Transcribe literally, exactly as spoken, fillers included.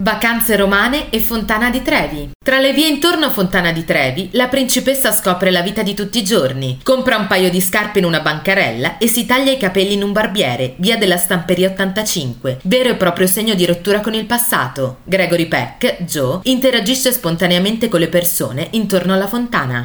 Vacanze romane e Fontana di Trevi. Tra le vie intorno a Fontana di Trevi, la principessa scopre la vita di tutti i giorni, compra un paio di scarpe in una bancarella e si taglia i capelli in un barbiere, via della Stamperia ottantacinque, vero e proprio segno di rottura con il passato. Gregory Peck, Joe, interagisce spontaneamente con le persone intorno alla fontana.